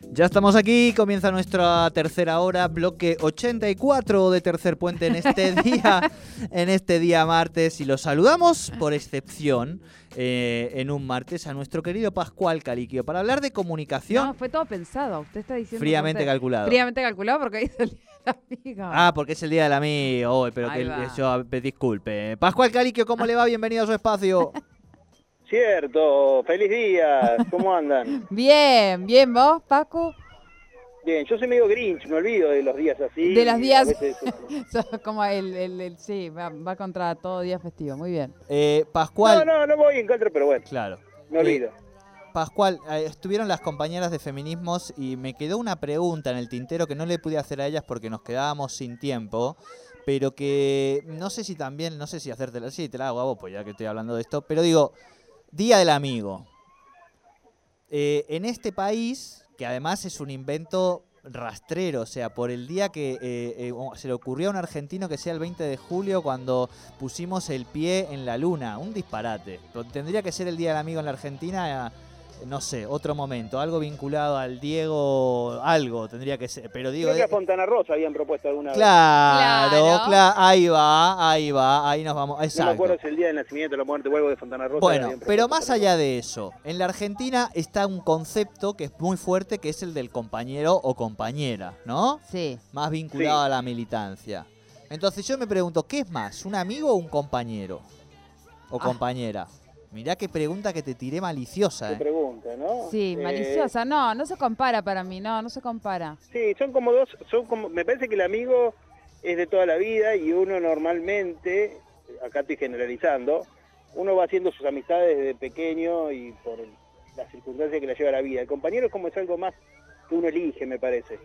Ya estamos aquí, comienza nuestra tercera hora, bloque 84 de Tercer Puente en este día martes, y los saludamos por excepción en un martes a nuestro querido Pascual Caliquio para hablar de comunicación. No, fue todo pensado, usted está diciendo... Fríamente calculado. Fríamente calculado porque hoy es el día del amigo. Ah, porque es el día del amigo, pero Ahí que va. yo disculpe. Pascual Caliquio, ¿cómo le va? Bienvenido a su espacio. Cierto, feliz día, ¿cómo andan? Bien, ¿vos, Paco? Bien, yo soy medio grinch, me olvido de los días así. De los días... A veces, como sí, va contra todo día festivo, muy bien. Pascual. No voy en contra, pero bueno, Claro. me olvido. Pascual, estuvieron las compañeras de feminismos y me quedó una pregunta en el tintero que no le pude hacer a ellas porque nos quedábamos sin tiempo, pero que no sé si hacértela, sí, te la hago a vos, pues ya que estoy hablando de esto, pero digo, Día del Amigo. En este país, que además es un invento rastrero, o sea, por el día que se le ocurrió a un argentino que sea el 20 de julio cuando pusimos el pie en la luna, un disparate. Pero tendría que ser el Día del Amigo en la Argentina, no sé, otro momento, algo vinculado al Diego, algo tendría que ser, pero digo... Creo que a Fontana Rosa habían propuesto alguna vez. Claro, ahí nos vamos, exacto. No me acuerdo si el día de nacimiento, la muerte o algo de Fontana Rosa. Bueno, pero más allá de eso, en la Argentina está un concepto que es muy fuerte, que es el del compañero o compañera, ¿no? Sí. Más vinculado a la militancia. Entonces yo me pregunto, ¿qué es más, un amigo o un compañero? O compañera. Mirá qué pregunta que te tiré maliciosa, Qué pregunta, ¿no? Sí, maliciosa, no se compara para mí, no se compara. Sí, son como dos, me parece que el amigo es de toda la vida y uno normalmente, acá estoy generalizando, uno va haciendo sus amistades desde pequeño y por las circunstancias que la lleva la vida. El compañero es algo más que uno elige, me parece,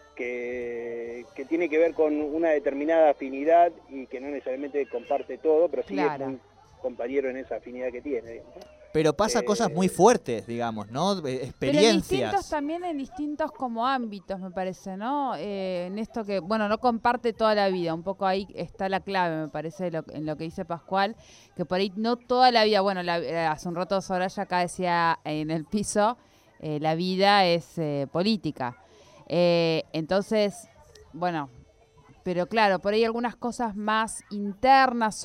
que tiene que ver con una determinada afinidad y que no necesariamente comparte todo, pero sí Claro. es un compañero en esa afinidad que tiene, digamos, ¿no? Pero pasa cosas muy fuertes, digamos, ¿no? Experiencias. Pero en distintos como ámbitos, me parece, ¿no? En esto que, bueno, no comparte toda la vida, un poco ahí está la clave, me parece, en lo que dice Pascual, que por ahí no toda la vida, bueno, hace un rato Soraya acá decía en el piso, la vida es política. Entonces, bueno... Pero claro, por ahí algunas cosas más internas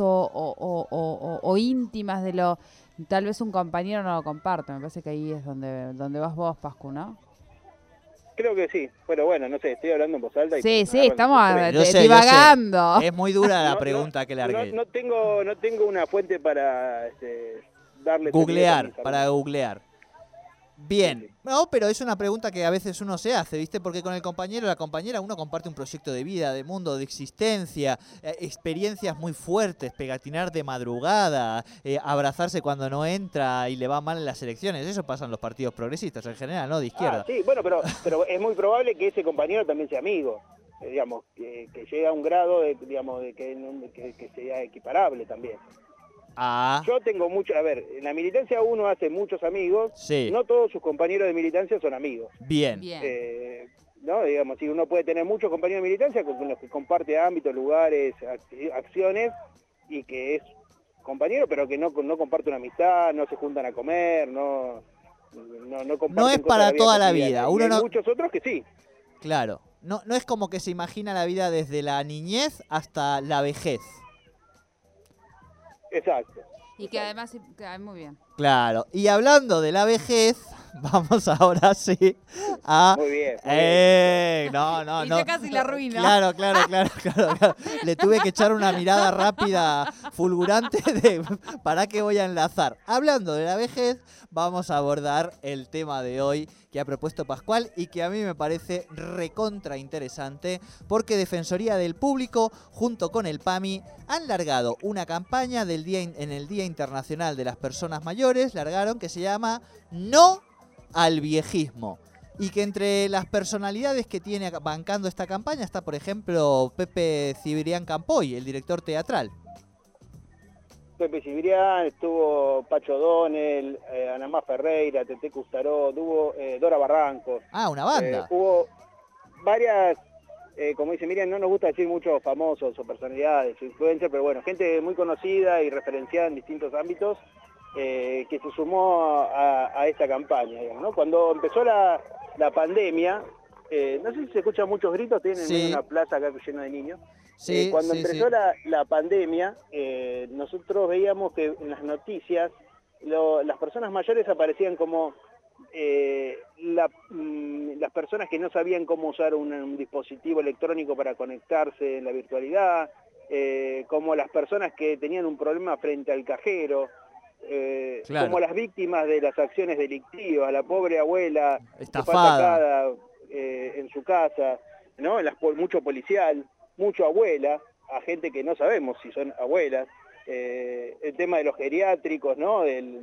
o íntimas de lo... Tal vez un compañero no lo comparte. Me parece que ahí es donde vas vos, Pascu, ¿no? Creo que sí, pero bueno, no sé, estoy hablando en voz alta. Sí, y estamos Yo sé. divagando. Es muy dura la pregunta que largué. No tengo una fuente para darle... Para googlear. Bien, no, pero es una pregunta que a veces uno se hace, ¿viste? Porque con el compañero o la compañera uno comparte un proyecto de vida, de mundo, de existencia, experiencias muy fuertes, pegatinar de madrugada, abrazarse cuando no entra y le va mal en las elecciones. Eso pasa en los partidos progresistas en general, ¿no? De izquierda. Sí, bueno, pero es muy probable que ese compañero también sea amigo, digamos, que llegue a un grado de que sea equiparable también. Yo tengo a ver, en la militancia uno hace muchos amigos, sí. No todos sus compañeros de militancia son amigos. Bien. ¿No? Digamos, si uno puede tener muchos compañeros de militancia con los que comparte ámbitos, lugares, acciones, y que es compañero, pero que no comparte una amistad, no se juntan a comer, no comparten. No es para toda la vida. Hay muchos otros que sí. Claro. No es como que se imagina la vida desde la niñez hasta la vejez. Exacto. Y que además, muy bien. Claro, y hablando de la vejez, vamos ahora sí a... Muy bien. Y ya casi la arruina. Claro. Le tuve que echar una mirada rápida, fulgurante de ¿para qué voy a enlazar? Hablando de la vejez, vamos a abordar el tema de hoy que ha propuesto Pascual y que a mí me parece recontra interesante porque Defensoría del Público junto con el PAMI han largado una campaña en el Día Internacional de las Personas Mayores, que se llama No al Viejismo. Y que entre las personalidades que tiene bancando esta campaña está, por ejemplo, Pepe Cibrián Campoy, el director teatral. Pepe Cibrián, estuvo Pacho Donel, Ana Má Ferreira, Tete Custaró, tuvo Dora Barrancos. Una banda. Hubo varias, como dice Miriam, no nos gusta decir muchos famosos o personalidades o influencers, pero bueno, gente muy conocida y referenciada en distintos ámbitos que se sumó a esta campaña, digamos, ¿no? Cuando empezó la pandemia, no sé si se escuchan muchos gritos, tienen Sí. una plaza acá llena de niños. Sí, Cuando sí, empezó sí. la pandemia, nosotros veíamos que en las noticias las personas mayores aparecían como las personas que no sabían cómo usar un dispositivo electrónico para conectarse en la virtualidad, como las personas que tenían un problema frente al cajero, Claro. como las víctimas de las acciones delictivas, la pobre abuela que fue Estafada. atacada en su casa, ¿no? Mucho policial, mucho abuela, a gente que no sabemos si son abuelas, el tema de los geriátricos, ¿no?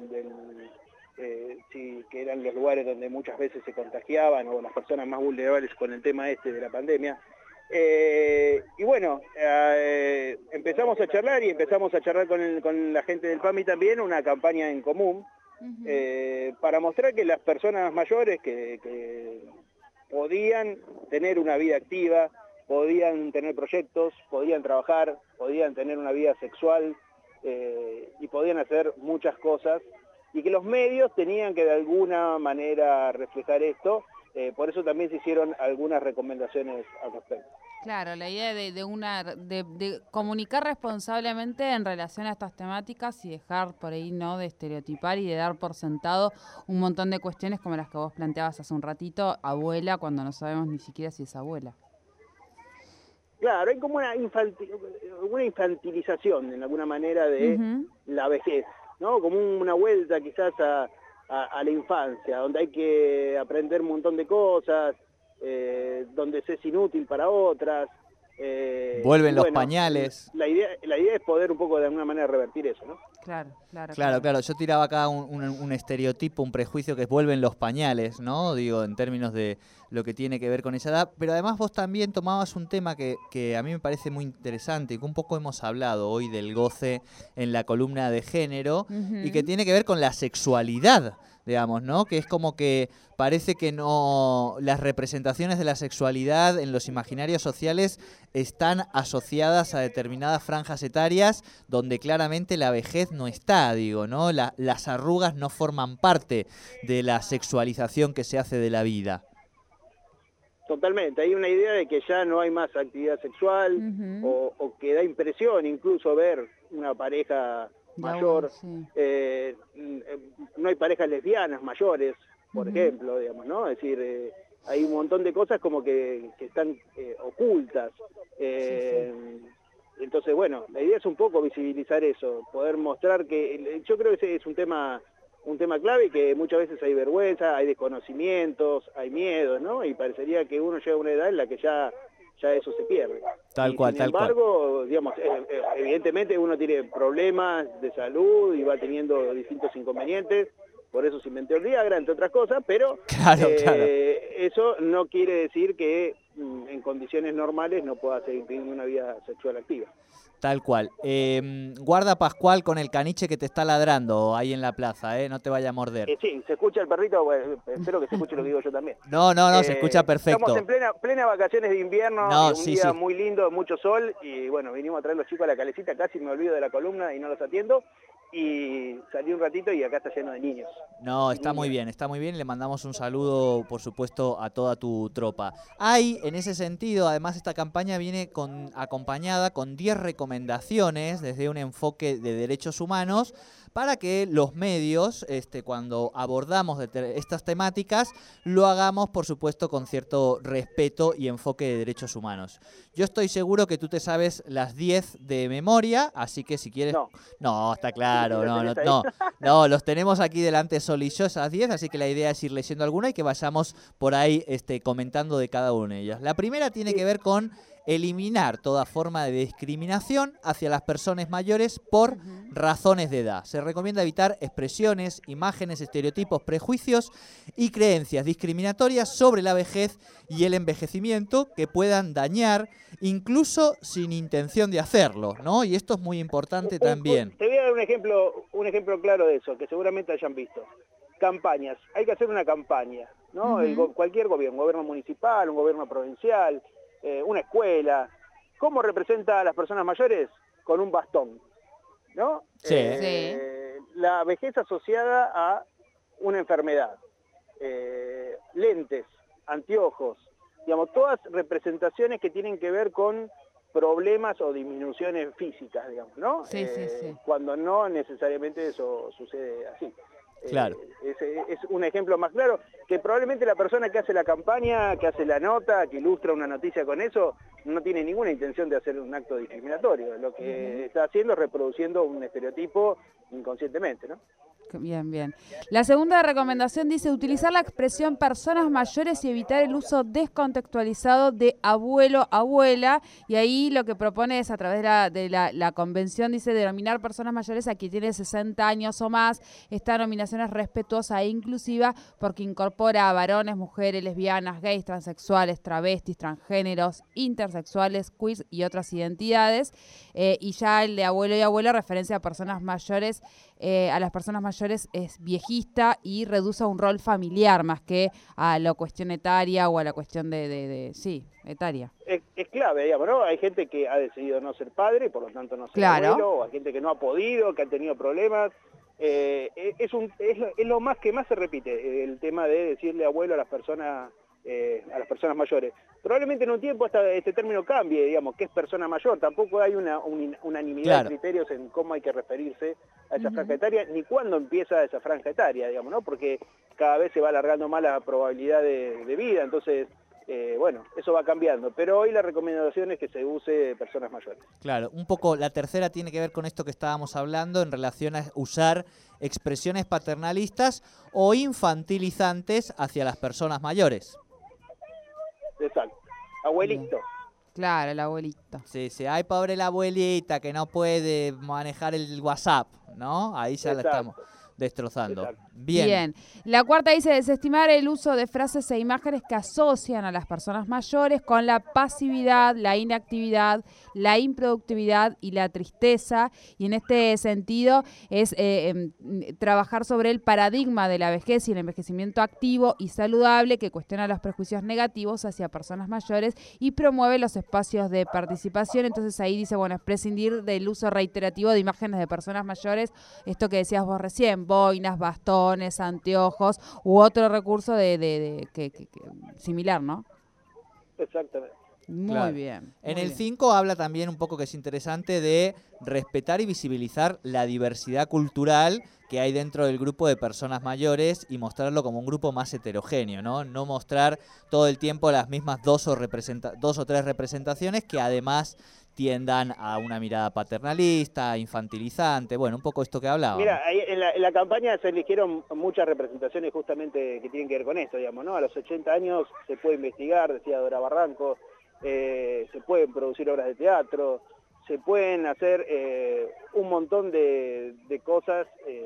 Sí, que eran los lugares donde muchas veces se contagiaban, o las personas más vulnerables con el tema de la pandemia. Y bueno, empezamos a charlar y empezamos a charlar con la gente del PAMI también, una campaña en común, para mostrar que las personas mayores que podían tener una vida activa, podían tener proyectos, podían trabajar, podían tener una vida sexual y podían hacer muchas cosas, y que los medios tenían que de alguna manera reflejar esto. Por eso también se hicieron algunas recomendaciones al respecto. Claro, la idea de comunicar responsablemente en relación a estas temáticas y dejar por ahí, ¿no?, de estereotipar y de dar por sentado un montón de cuestiones como las que vos planteabas hace un ratito, abuela, cuando no sabemos ni siquiera si es abuela. Claro, hay como una infantilización, de alguna manera, de la vejez, ¿no? Como una vuelta quizás a la infancia, donde hay que aprender un montón de cosas, donde se es inútil para otras. Vuelven Y los bueno, pañales. la idea es poder un poco de alguna manera revertir eso, ¿no? Claro, claro, Claro, claro. Yo tiraba acá un estereotipo, un prejuicio que es vuelven los pañales, ¿no? Digo, en términos de lo que tiene que ver con esa edad. Pero además vos también tomabas un tema que a mí me parece muy interesante, que un poco hemos hablado hoy del goce en la columna de género, y que tiene que ver con la sexualidad, digamos, ¿no? Que es como que parece que no, las representaciones de la sexualidad en los imaginarios sociales están asociadas a determinadas franjas etarias donde claramente la vejez no está, digo, ¿no? Las arrugas no forman parte de la sexualización que se hace de la vida. Totalmente, hay una idea de que ya no hay más actividad sexual, o que da impresión incluso ver una pareja mayor, no hay parejas lesbianas mayores, por ejemplo, digamos, ¿no? Es decir, hay un montón de cosas como que están ocultas. Entonces, bueno, la idea es un poco visibilizar eso, poder mostrar que, yo creo que ese es un tema clave, que muchas veces hay vergüenza, hay desconocimientos, hay miedos, ¿no? Y parecería que uno llega a una edad en la que ya eso se pierde. Tal cual, Sin tal cual. embargo, digamos, evidentemente uno tiene problemas de salud y va teniendo distintos inconvenientes, por eso se inventó el Viagra, entre otras cosas, pero Claro, claro. eso no quiere decir que en condiciones normales no pueda seguir teniendo una vida sexual activa. Tal cual. Guarda, Pascual, con el caniche que te está ladrando ahí en la plaza, no te vaya a morder. Sí, se escucha el perrito, bueno, espero que se escuche lo que digo yo también. No, se escucha perfecto. Estamos en plena vacaciones de invierno, un día muy lindo, mucho sol, y bueno, vinimos a traer los chicos a la calecita, casi me olvido de la columna y no los atiendo, y salí un ratito y acá está lleno de niños. No, está muy bien, y le mandamos un saludo, por supuesto, a toda tu tropa. Hay, en ese sentido, además esta campaña viene acompañada con 10 recomendaciones desde un enfoque de derechos humanos para que los medios, cuando abordamos estas temáticas, lo hagamos, por supuesto, con cierto respeto y enfoque de derechos humanos. Yo estoy seguro que tú te sabes las 10 de memoria, así que si quieres... No, está claro, no, los tenemos aquí delante Sol y yo, esas 10, así que la idea es ir leyendo alguna y que vayamos por ahí comentando de cada una de ellas. La primera tiene que ver con eliminar toda forma de discriminación hacia las personas mayores por razones de edad. Se recomienda evitar expresiones, imágenes, estereotipos, prejuicios y creencias discriminatorias sobre la vejez y el envejecimiento que puedan dañar, incluso sin intención de hacerlo, ¿no? Y esto es muy importante también. Te voy a dar un ejemplo claro de eso, que seguramente hayan visto. Campañas, hay que hacer una campaña, ¿no? Cualquier gobierno, un gobierno municipal, un gobierno provincial, una escuela. ¿Cómo representa a las personas mayores? Con un bastón, ¿no? Sí. La vejez asociada a una enfermedad. Lentes, anteojos, digamos, todas representaciones que tienen que ver con problemas o disminuciones físicas, digamos, ¿no? Sí, sí. Cuando no necesariamente eso sucede así. Claro. Es un ejemplo más claro, que probablemente la persona que hace la campaña, que hace la nota, que ilustra una noticia con eso, no tiene ninguna intención de hacer un acto discriminatorio. Lo que está haciendo es reproduciendo un estereotipo inconscientemente, ¿no? Bien, bien. La segunda recomendación dice utilizar la expresión personas mayores y evitar el uso descontextualizado de abuelo, abuela. Y ahí lo que propone es a través de la convención, dice denominar personas mayores a quien tiene 60 años o más. Esta denominación es respetuosa e inclusiva porque incorpora a varones, mujeres, lesbianas, gays, transexuales, travestis, transgéneros, intersexuales, queers y otras identidades. Y ya el de abuelo y abuela referencia a personas mayores, a las personas mayores es viejista y reduce a un rol familiar más que a la cuestión etaria o a la cuestión sí, etaria. Es clave, digamos, ¿no? Hay gente que ha decidido no ser padre y por lo tanto no ser Claro. abuelo, o hay gente que no ha podido, que ha tenido problemas. Es lo más que más se repite, el tema de decirle abuelo a las personas mayores. Probablemente en un tiempo hasta este término cambie, digamos, que es persona mayor. Tampoco hay una unanimidad de criterios en cómo hay que referirse a esa franja etaria, ni cuándo empieza esa franja etaria, digamos, ¿no? Porque cada vez se va alargando más la probabilidad de vida, entonces, bueno, eso va cambiando. Pero hoy la recomendación es que se use personas mayores. Claro, un poco la tercera tiene que ver con esto que estábamos hablando en relación a usar expresiones paternalistas o infantilizantes hacia las personas mayores. Exacto. Abuelito. Claro, el abuelito. Sí, sí. Ay, pobre la abuelita que no puede manejar el WhatsApp, ¿no? Ahí ya la estamos destrozando. Exacto. Bien. La cuarta dice desestimar el uso de frases e imágenes que asocian a las personas mayores con la pasividad, la inactividad, la improductividad y la tristeza. Y en este sentido es trabajar sobre el paradigma de la vejez y el envejecimiento activo y saludable que cuestiona los prejuicios negativos hacia personas mayores y promueve los espacios de participación. Entonces ahí dice, bueno, es prescindir del uso reiterativo de imágenes de personas mayores, esto que decías vos recién, boinas, bastones, anteojos u otro recurso similar, ¿no? Exactamente. Muy bien. En el 5 habla también un poco que es interesante de respetar y visibilizar la diversidad cultural que hay dentro del grupo de personas mayores y mostrarlo como un grupo más heterogéneo, ¿no? No mostrar todo el tiempo las mismas dos o tres representaciones que además tiendan a una mirada paternalista, infantilizante, bueno, un poco esto que hablábamos. Mira, ahí en la campaña se eligieron muchas representaciones justamente que tienen que ver con esto, digamos, ¿no? A los 80 años se puede investigar, decía Dora Barranco, se pueden producir obras de teatro, se pueden hacer un montón de cosas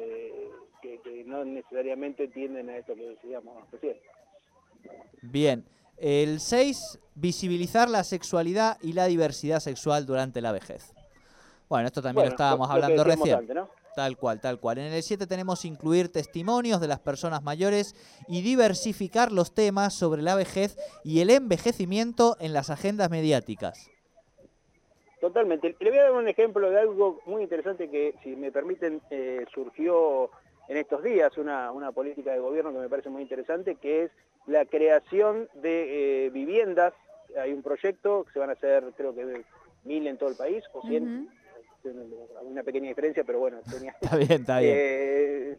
que no necesariamente tienden a esto que decíamos recién. Bien. El 6, visibilizar la sexualidad y la diversidad sexual durante la vejez. Bueno, esto también lo estábamos hablando recién. Antes, ¿no? Tal cual, tal cual. En el 7 tenemos incluir testimonios de las personas mayores y diversificar los temas sobre la vejez y el envejecimiento en las agendas mediáticas. Totalmente. Le voy a dar un ejemplo de algo muy interesante que, si me permiten, surgió en estos días, una política de gobierno que me parece muy interesante, que es la creación de viviendas. Hay un proyecto que se van a hacer, creo que 1000 en todo el país, o 100, una pequeña diferencia, pero bueno. Está bien, está bien.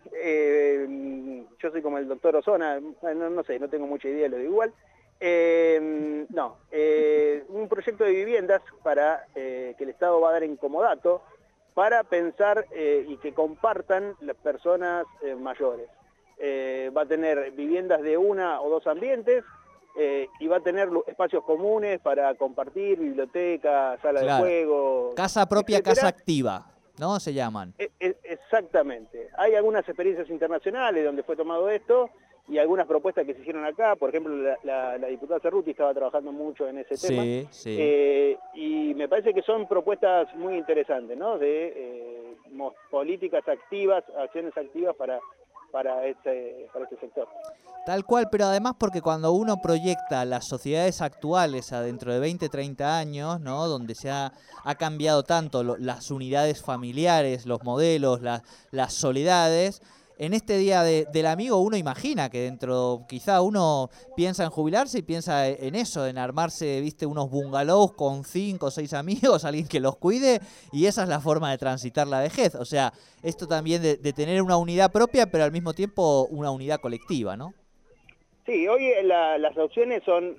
Yo soy como el doctor Osona, no sé, no tengo mucha idea, lo digo igual. Un proyecto de viviendas para que el Estado va a dar en comodato para pensar y que compartan las personas mayores. Va a tener viviendas de 1 o 2 ambientes y va a tener espacios comunes para compartir, biblioteca, sala de juego. Casa propia, etcétera. casa activa, ¿no? Se llaman. Exactamente. Hay algunas experiencias internacionales donde fue tomado esto y algunas propuestas que se hicieron acá. Por ejemplo, la diputada Cerruti estaba trabajando mucho en ese tema. Sí. Y me parece que son propuestas muy interesantes, ¿no? De políticas activas, acciones activas para este sector. Tal cual, pero además porque cuando uno proyecta las sociedades actuales a dentro de 20, 30 años, ¿no? Donde se ha cambiado tanto las unidades familiares, los modelos, las soledades, en este día del amigo uno imagina que dentro, quizá uno piensa en jubilarse y piensa en eso, en armarse, viste, unos bungalows con 5 o 6 amigos, alguien que los cuide, y esa es la forma de transitar la vejez. O sea, esto también de tener una unidad propia, pero al mismo tiempo una unidad colectiva, ¿no? Sí, hoy las opciones son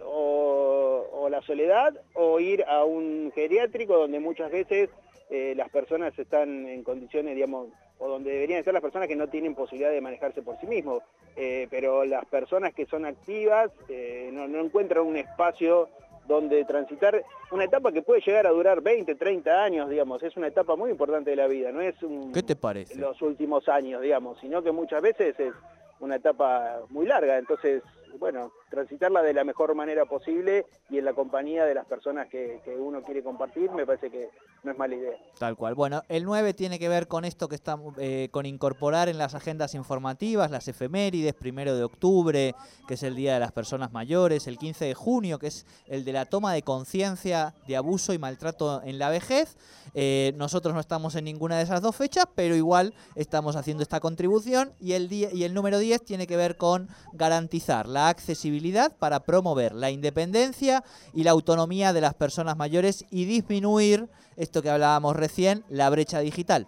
o la soledad o ir a un geriátrico donde muchas veces las personas están en condiciones, digamos, o donde deberían estar las personas que no tienen posibilidad de manejarse por sí mismos, pero las personas que son activas no encuentran un espacio donde transitar una etapa que puede llegar a durar 20, 30 años, digamos, es una etapa muy importante de la vida, no es ¿Qué te parece? los últimos años, digamos, sino que muchas veces es una etapa muy larga, entonces, bueno, transitarla de la mejor manera posible y en la compañía de las personas que uno quiere compartir, me parece que no es mala idea. Tal cual. Bueno, el 9 tiene que ver con esto que está, con incorporar en las agendas informativas las efemérides, 1 de octubre, que es el Día de las Personas Mayores, el 15 de junio, que es el de la toma de conciencia de abuso y maltrato en la vejez. Nosotros no estamos en ninguna de esas dos fechas, pero igual estamos haciendo esta contribución, y el número 10 tiene que ver con garantizar la accesibilidad para promover la independencia y la autonomía de las personas mayores y disminuir esto que hablábamos recién, la brecha digital.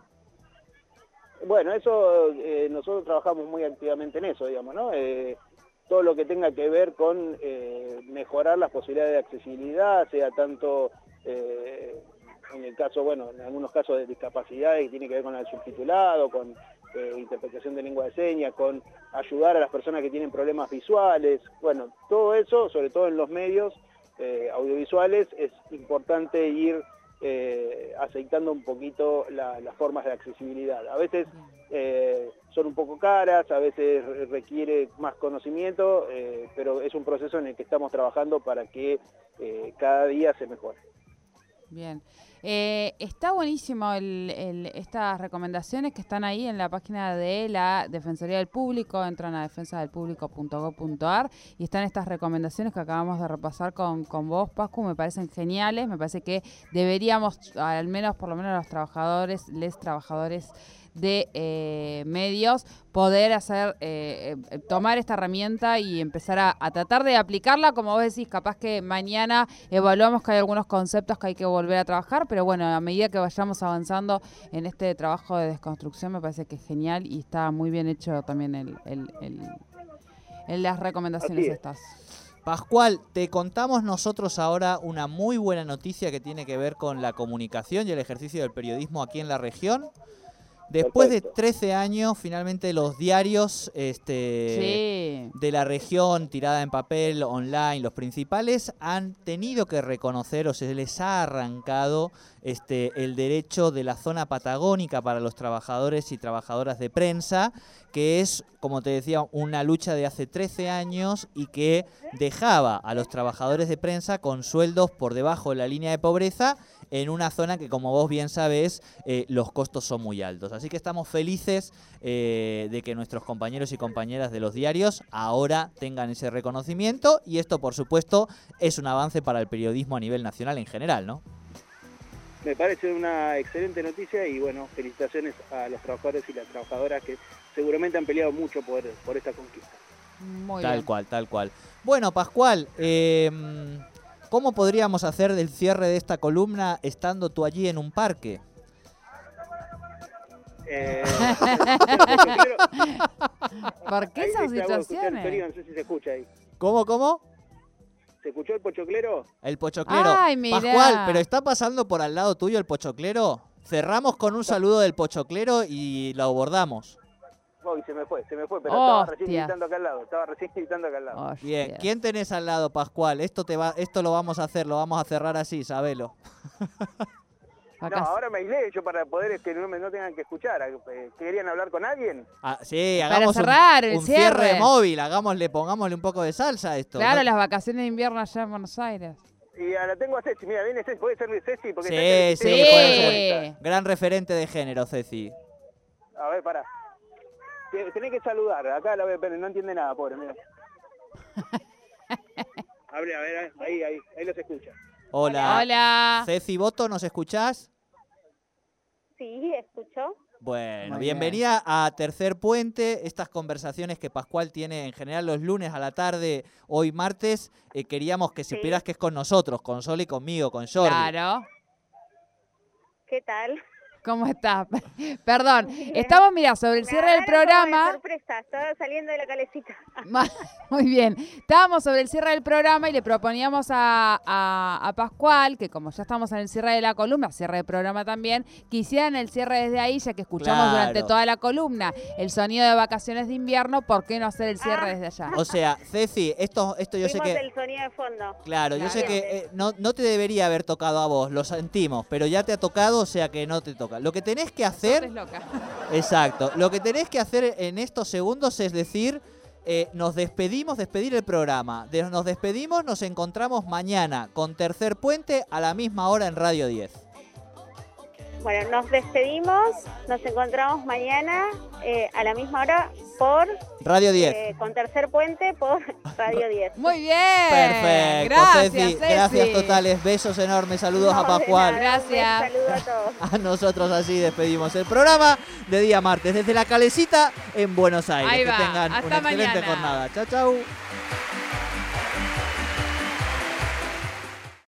Bueno, eso nosotros trabajamos muy activamente en eso, digamos, ¿no? Todo lo que tenga que ver con mejorar las posibilidades de accesibilidad, sea tanto en el caso, bueno, en algunos casos de discapacidades que tiene que ver con el subtitulado, con interpretación de lengua de señas, con ayudar a las personas que tienen problemas visuales, bueno, todo eso, sobre todo en los medios audiovisuales, es importante ir aceitando un poquito las formas de accesibilidad. A veces son un poco caras, a veces requiere más conocimiento, pero es un proceso en el que estamos trabajando para que cada día se mejore. Bien. Está buenísimo estas recomendaciones que están ahí en la página de la Defensoría del Público. Entran a defensadelpublico.gov.ar y están estas recomendaciones que acabamos de repasar con vos, Pascu. Me parecen geniales. Me parece que deberíamos, al menos, por lo menos los trabajadores de medios, poder hacer tomar esta herramienta y empezar a tratar de aplicarla. Como vos decís, capaz que mañana evaluamos que hay algunos conceptos que hay que volver a trabajar, pero bueno, a medida que vayamos avanzando en este trabajo de desconstrucción, me parece que es genial y está muy bien hecho también las recomendaciones estas. Pascual, te contamos nosotros ahora una muy buena noticia que tiene que ver con la comunicación y el ejercicio del periodismo aquí en la región. Después de 13 años, finalmente los diarios de la región, tirada en papel, online, los principales, han tenido que reconocer, o se les ha arrancado el derecho de la zona patagónica para los trabajadores y trabajadoras de prensa, que es, como te decía, una lucha de hace 13 años y que dejaba a los trabajadores de prensa con sueldos por debajo de la línea de pobreza en una zona que, como vos bien sabés, los costos son muy altos. Así que estamos felices de que nuestros compañeros y compañeras de los diarios ahora tengan ese reconocimiento, y esto, por supuesto, es un avance para el periodismo a nivel nacional en general, ¿no? Me parece una excelente noticia y, bueno, felicitaciones a los trabajadores y las trabajadoras que seguramente han peleado mucho por esta conquista. Muy bien. Tal cual. Bueno, Pascual, ¿cómo podríamos hacer del cierre de esta columna estando tú allí en un parque? ¿Por qué esas situaciones? No sé si se escucha ahí. ¿Cómo? ¿Se escuchó el pochoclero? El pochoclero. Ay, mirá. Pascual, ¿pero está pasando por al lado tuyo el pochoclero? Cerramos con un saludo del pochoclero y lo abordamos. Uy, se me fue, pero estaba recién gritando acá al lado. Hostia. Bien, ¿quién tenés al lado, Pascual? Esto lo vamos a hacer, lo vamos a cerrar así, sabelo. No, ahora me aislé yo para poder que no tengan que escuchar. ¿Querían hablar con alguien? Sí, hagamos para cerrar un el cierre móvil, pongámosle un poco de salsa a esto. Claro, ¿no? Las vacaciones de invierno allá en Buenos Aires. Y la tengo a Ceci, mira, viene Ceci, ¿puede ser Ceci? Porque Sí, puede ser. Gran referente de género, Ceci. A ver, pará. Tenés que saludar, acá la pero no entiende nada, pobre, mira. A ver, ahí los escucha. Hola. Hola. Ceci Boto, ¿nos escuchás? Sí, escucho. Bueno, Muy bienvenida a Tercer Puente, estas conversaciones que Pascual tiene en general los lunes a la tarde, hoy martes, queríamos que supieras que es con nosotros, con Sol y conmigo, con Jordi. Claro. ¿Qué tal? ¿Cómo estás? Perdón, estamos, mira, sobre el cierre del programa. Sorpresa, estaba saliendo de la calecita. Muy bien, estábamos sobre el cierre del programa y le proponíamos a Pascual, que como ya estamos en el cierre de la columna, cierre del programa también, que hicieran el cierre desde ahí, ya que escuchamos durante toda la columna el sonido de vacaciones de invierno, ¿por qué no hacer el cierre desde allá? O sea, Ceci, esto yo sé que... el sonido de fondo. Claro, yo sé que no te debería haber tocado a vos, lo sentimos, pero ya te ha tocado, o sea que no te toca. Lo que tenés que hacer... Es loca. Exacto, lo que tenés que hacer en estos segundos es decir... nos despedimos, despedir el programa. Nos despedimos, nos encontramos mañana con Tercer Puente a la misma hora en Radio 10. Bueno, nos despedimos, nos encontramos mañana a la misma hora por Radio 10. con Tercer Puente por Radio 10. Muy bien. Perfecto, Gracias, Ceci. Ceci. Gracias totales, besos enormes, saludos a Pascual. Gracias. Saludos a todos. A nosotros así despedimos el programa de día martes desde la Calecita en Buenos Aires. Ahí que va. tengan Hasta una excelente mañana. jornada. Chau, chau.